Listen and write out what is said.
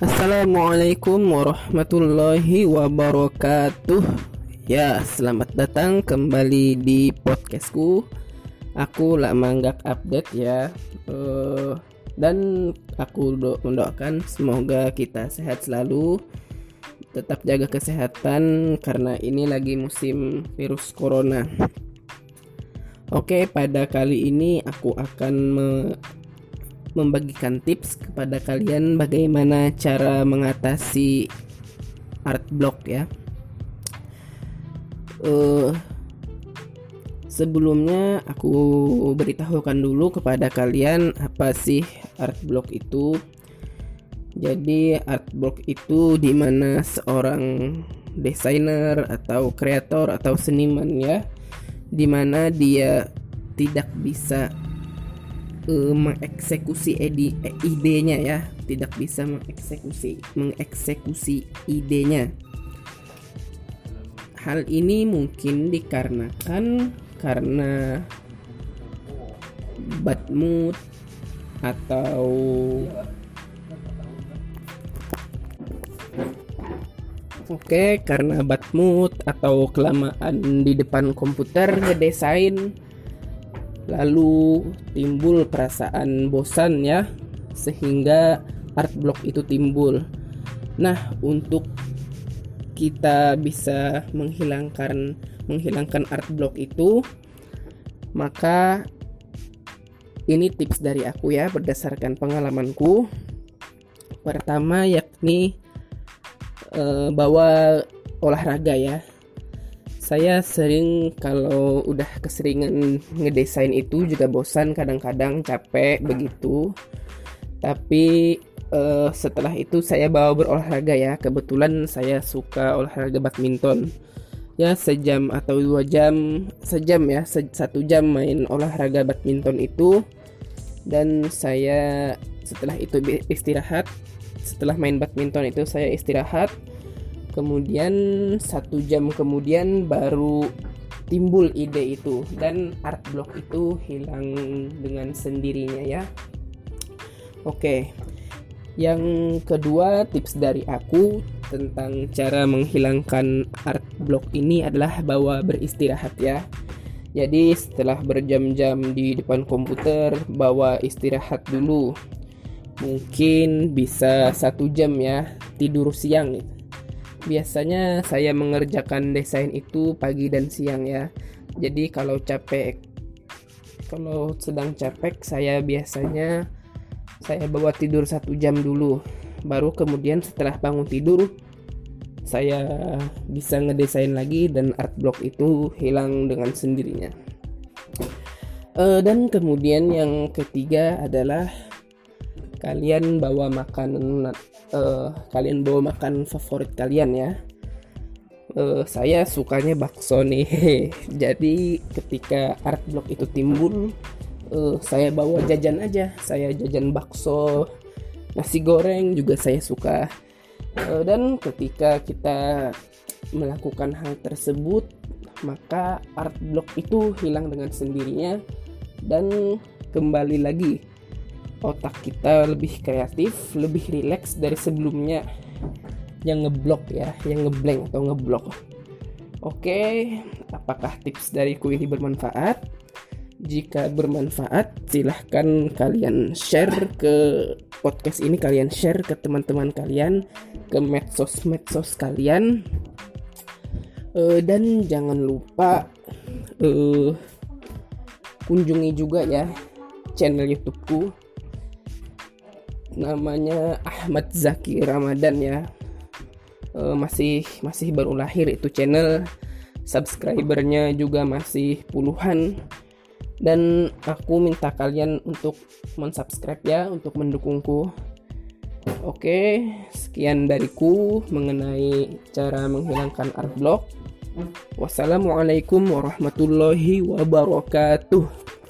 Assalamualaikum warahmatullahi wabarakatuh. Ya, selamat datang kembali di podcastku. Aku lak manggak update ya. Dan aku mendoakan semoga kita sehat selalu. Tetap jaga kesehatan karena ini lagi musim virus corona. Oke, pada kali ini aku akan membagikan tips kepada kalian bagaimana cara mengatasi art block ya. Sebelumnya aku beritahukan dulu kepada kalian apa sih art block itu. Jadi art block itu dimana seorang desainer atau kreator atau seniman ya, dimana dia tidak bisa mengeksekusi idenya ya, tidak bisa mengeksekusi idenya. Hal ini mungkin dikarenakan karena bad mood atau karena bad mood atau kelamaan di depan komputer ngedesain, lalu timbul perasaan bosan ya, sehingga art block itu timbul. Nah, untuk kita bisa menghilangkan art block itu, maka ini tips dari aku ya, berdasarkan pengalamanku. Pertama yakni bawa olahraga ya. Saya sering kalau udah keseringan ngedesain itu juga bosan, kadang-kadang capek begitu. Tapi setelah itu saya bawa berolahraga ya. Kebetulan saya suka olahraga badminton. Ya, sejam atau 2 jam, sejam ya, 1 jam main olahraga badminton itu. Dan saya setelah itu istirahat. Setelah main badminton itu saya istirahat. Kemudian 1 jam kemudian baru timbul ide itu, dan art block itu hilang dengan sendirinya ya. Oke, yang kedua tips dari aku tentang cara menghilangkan art block ini adalah bawa beristirahat ya. Jadi setelah berjam-jam di depan komputer, bawa istirahat dulu. Mungkin bisa 1 jam ya, tidur siang gitu. Biasanya saya mengerjakan desain itu pagi dan siang ya. Jadi kalau sedang capek, saya biasanya bawa tidur 1 jam dulu. Baru kemudian setelah bangun tidur, saya bisa ngedesain lagi dan art block itu hilang dengan sendirinya. Dan kemudian yang ketiga adalah kalian bawa makanan favorit kalian ya. Saya sukanya bakso nih. Jadi ketika art block itu timbul, saya bawa jajan aja. Saya jajan bakso, nasi goreng juga saya suka. Dan ketika kita melakukan hal tersebut, maka art block itu hilang dengan sendirinya dan kembali lagi otak kita lebih kreatif, lebih rileks dari sebelumnya yang ngeblok ya, yang ngeblank atau ngeblok. Oke, apakah tips dariku ini bermanfaat? Jika bermanfaat, silahkan kalian share ke podcast ini, kalian share ke teman-teman kalian, ke medsos kalian. Dan jangan lupa kunjungi juga ya channel YouTubeku. Namanya Ahmad Zaki Ramadan ya. Masih baru lahir itu channel. Subscribernya juga masih puluhan. Dan aku minta kalian untuk mensubscribe ya, untuk mendukungku. Oke, sekian dariku mengenai cara menghilangkan art block. Wassalamualaikum warahmatullahi wabarakatuh.